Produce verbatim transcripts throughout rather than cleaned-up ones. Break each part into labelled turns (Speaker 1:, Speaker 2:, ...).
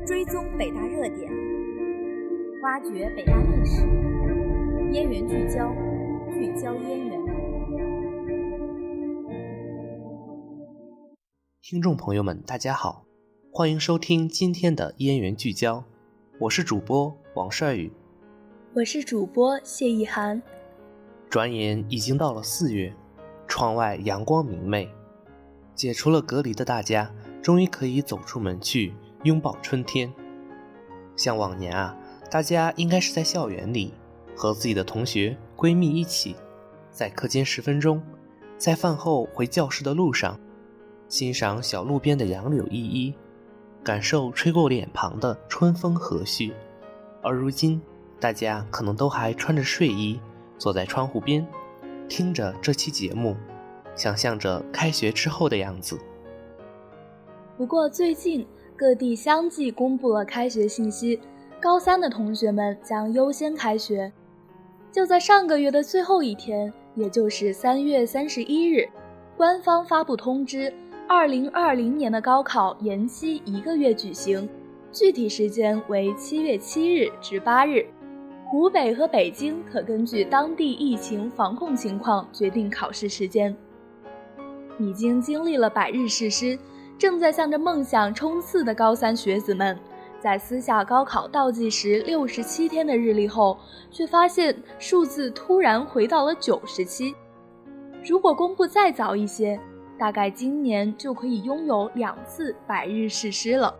Speaker 1: 追踪北大热点，挖掘北大历史，燕园聚焦，聚焦燕园。
Speaker 2: 听众朋友们大家好，欢迎收听今天的燕园聚焦，我是主播王帅宇，
Speaker 3: 我是主播谢意涵。
Speaker 2: 转眼已经到了四月，窗外阳光明媚，解除了隔离的大家终于可以走出门去拥抱春天。像往年啊，大家应该是在校园里和自己的同学闺蜜一起，在课间十分钟，在饭后回教室的路上，欣赏小路边的杨柳依依，感受吹过脸庞的春风和煦。而如今大家可能都还穿着睡衣，坐在窗户边，听着这期节目，想象着开学之后的样子。
Speaker 3: 不过最近各地相继公布了开学信息，高三的同学们将优先开学。就在上个月的最后一天，也就是三月三十一日，官方发布通知，二零二零年的高考延期一个月举行，具体时间为七月七日至八日。湖北和北京可根据当地疫情防控情况决定考试时间。已经经历了百日誓师，正在向着梦想冲刺的高三学子们，在撕下高考倒计时六十七天的日历后，却发现数字突然回到了九十七。如果公布再早一些，大概今年就可以拥有两次百日誓师了。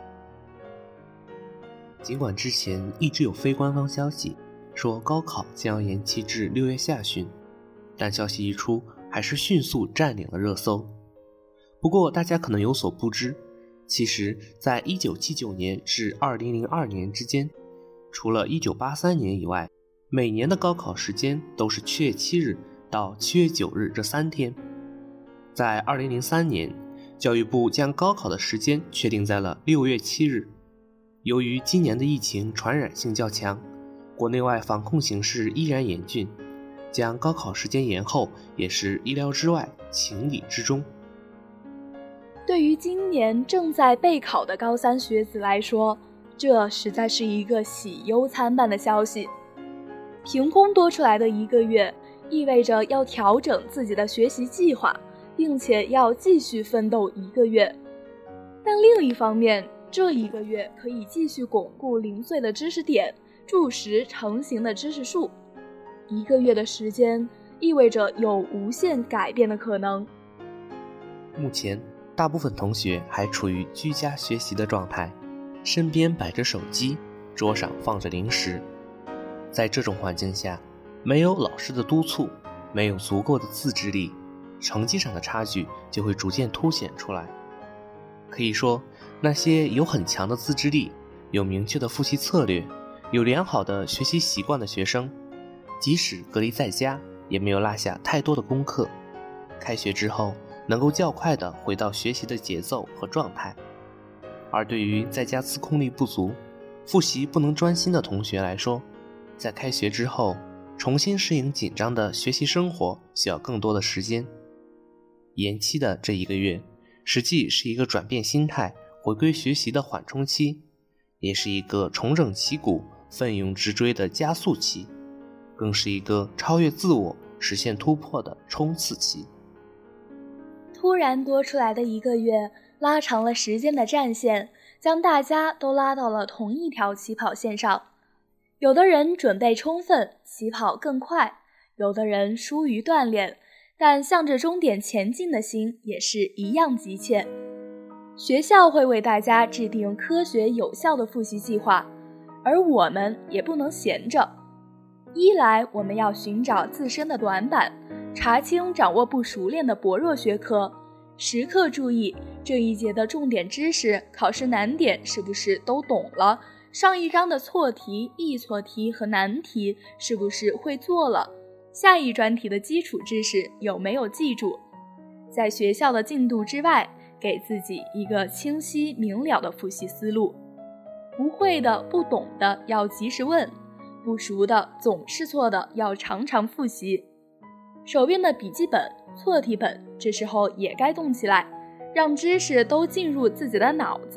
Speaker 2: 尽管之前一直有非官方消息说高考将要延期至六月下旬，但消息一出，还是迅速占领了热搜。不过大家可能有所不知，其实在一九七九年至二零零二年之间，除了一九八三年以外，每年的高考时间都是七月七日到七月九日这三天。在二零零三年，教育部将高考的时间确定在了六月七日。由于今年的疫情传染性较强，国内外防控形势依然严峻，将高考时间延后也是意料之外，情理之中。
Speaker 3: 对于今年正在备考的高三学子来说，这实在是一个喜忧参半的消息。凭空多出来的一个月，意味着要调整自己的学习计划，并且要继续奋斗一个月。但另一方面，这一个月可以继续巩固零碎的知识点，筑实成型的知识树。一个月的时间意味着有无限改变的可能。
Speaker 2: 目前大部分同学还处于居家学习的状态，身边摆着手机，桌上放着零食。在这种环境下，没有老师的督促，没有足够的自制力，成绩上的差距就会逐渐凸显出来。可以说，那些有很强的自制力，有明确的复习策略，有良好的学习习惯的学生，即使隔离在家，也没有落下太多的功课。开学之后，能够较快地回到学习的节奏和状态。而对于在家自控力不足，复习不能专心的同学来说，在开学之后重新适应紧张的学习生活需要更多的时间。延期的这一个月，实际是一个转变心态、回归学习的缓冲期，也是一个重整旗鼓、奋勇直追的加速期，更是一个超越自我、实现突破的冲刺期。
Speaker 3: 突然多出来的一个月，拉长了时间的战线，将大家都拉到了同一条起跑线上。有的人准备充分，起跑更快；有的人疏于锻炼，但向着终点前进的心也是一样急切。学校会为大家制定科学有效的复习计划，而我们也不能闲着。一来，我们要寻找自身的短板，查清掌握不熟练的薄弱学科，时刻注意这一节的重点知识，考试难点是不是都懂了，上一章的错题、易错题和难题是不是会做了，下一专题的基础知识有没有记住。在学校的进度之外，给自己一个清晰明了的复习思路。不会的、不懂的要及时问，不熟的、总是错的要常常复习。手边的笔记本、错题本这时候也该动起来，让知识都进入自己的脑子，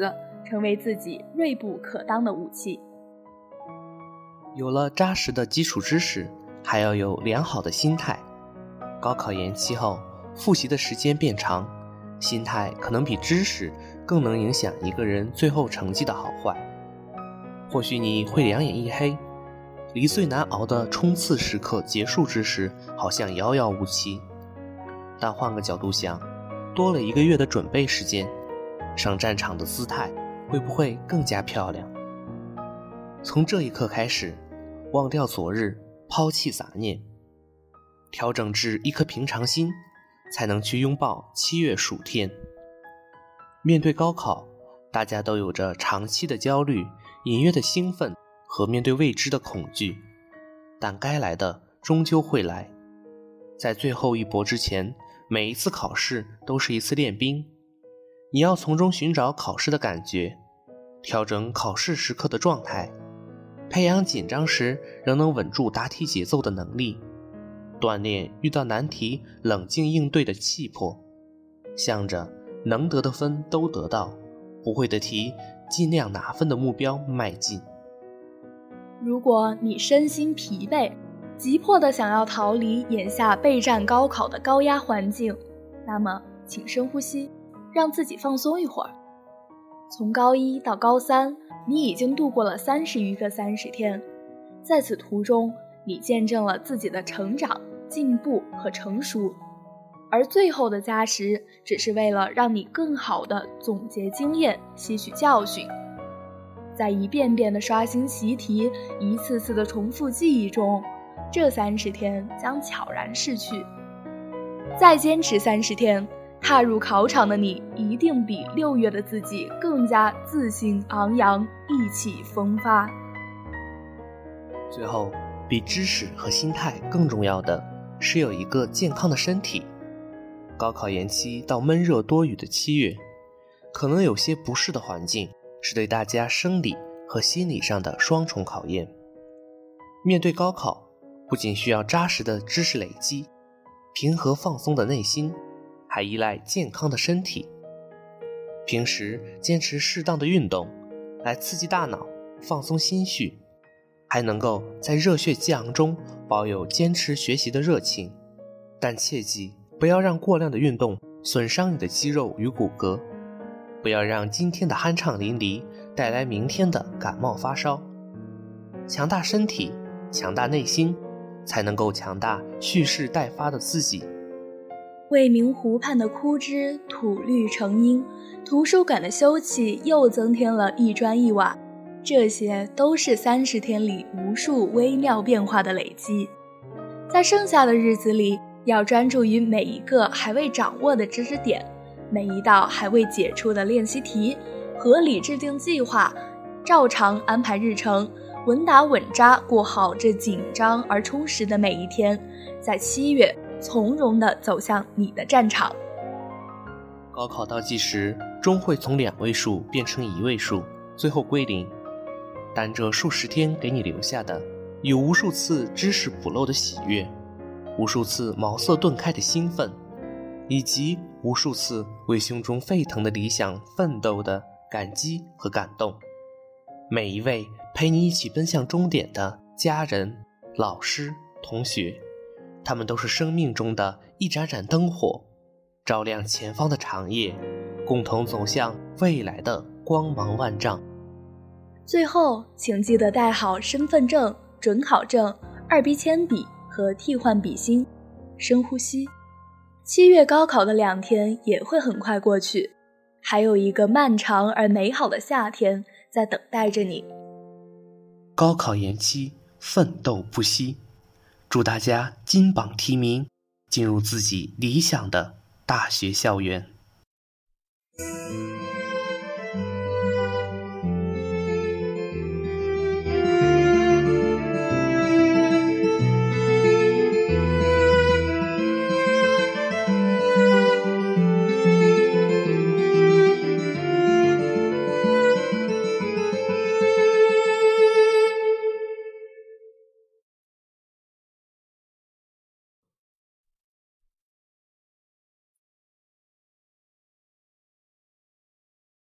Speaker 3: 成为自己锐不可当的武器。
Speaker 2: 有了扎实的基础知识，还要有良好的心态。高考延期后，复习的时间变长，心态可能比知识更能影响一个人最后成绩的好坏。或许你会两眼一黑，离最难熬的冲刺时刻结束之时好像遥遥无期，但换个角度想，多了一个月的准备时间，上战场的姿态会不会更加漂亮？从这一刻开始，忘掉昨日，抛弃杂念，调整至一颗平常心，才能去拥抱七月暑天。面对高考，大家都有着长期的焦虑、隐约的兴奋和面对未知的恐惧，但该来的终究会来。在最后一搏之前，每一次考试都是一次练兵，你要从中寻找考试的感觉，调整考试时刻的状态，培养紧张时仍能稳住答题节奏的能力，锻炼遇到难题冷静应对的气魄，向着能得的分都得到，不会的题尽量拿分的目标迈进。
Speaker 3: 如果你身心疲惫，急迫地想要逃离眼下备战高考的高压环境，那么请深呼吸，让自己放松一会儿。从高一到高三，你已经度过了三十余个三十天，在此途中，你见证了自己的成长、进步和成熟，而最后的加时只是为了让你更好地总结经验、吸取教训。在一遍遍的刷新习题、一次次的重复记忆中，这三十天将悄然逝去。再坚持三十天，踏入考场的你一定比六月的自己更加自信昂扬、意气风发。
Speaker 2: 最后，比知识和心态更重要的是有一个健康的身体。高考延期到闷热多雨的七月，可能有些不适的环境是对大家生理和心理上的双重考验。面对高考，不仅需要扎实的知识累积，平和放松的内心，还依赖健康的身体。平时坚持适当的运动，来刺激大脑，放松心绪，还能够在热血激昂中保有坚持学习的热情。但切记不要让过量的运动损伤你的肌肉与骨骼，不要让今天的酣畅淋漓带来明天的感冒发烧。强大身体，强大内心，才能够强大蓄势待发的自己。
Speaker 3: 未名湖畔的枯枝吐绿成荫，图书馆的休憩又增添了一砖一瓦，这些都是三十天里无数微妙变化的累积。在剩下的日子里，要专注于每一个还未掌握的知识点，每一道还未解出的练习题，合理制定计划，照常安排日程，稳打稳扎过好这紧张而充实的每一天，在七月从容地走向你的战场。
Speaker 2: 高考倒计时终会从两位数变成一位数，最后归零，但这数十天给你留下的有无数次知识补漏的喜悦，无数次茅塞顿开的兴奋，以及无数次为胸中沸腾的理想奋斗的感激和感动。每一位陪你一起奔向终点的家人、老师、同学，他们都是生命中的一盏盏灯火，照亮前方的长夜，共同走向未来的光芒万丈。
Speaker 3: 最后，请记得带好身份证、准考证、二 B 铅笔和替换笔芯。深呼吸，七月高考的两天也会很快过去，还有一个漫长而美好的夏天在等待着你。
Speaker 2: 高考延期，奋斗不息，祝大家金榜题名，进入自己理想的大学校园。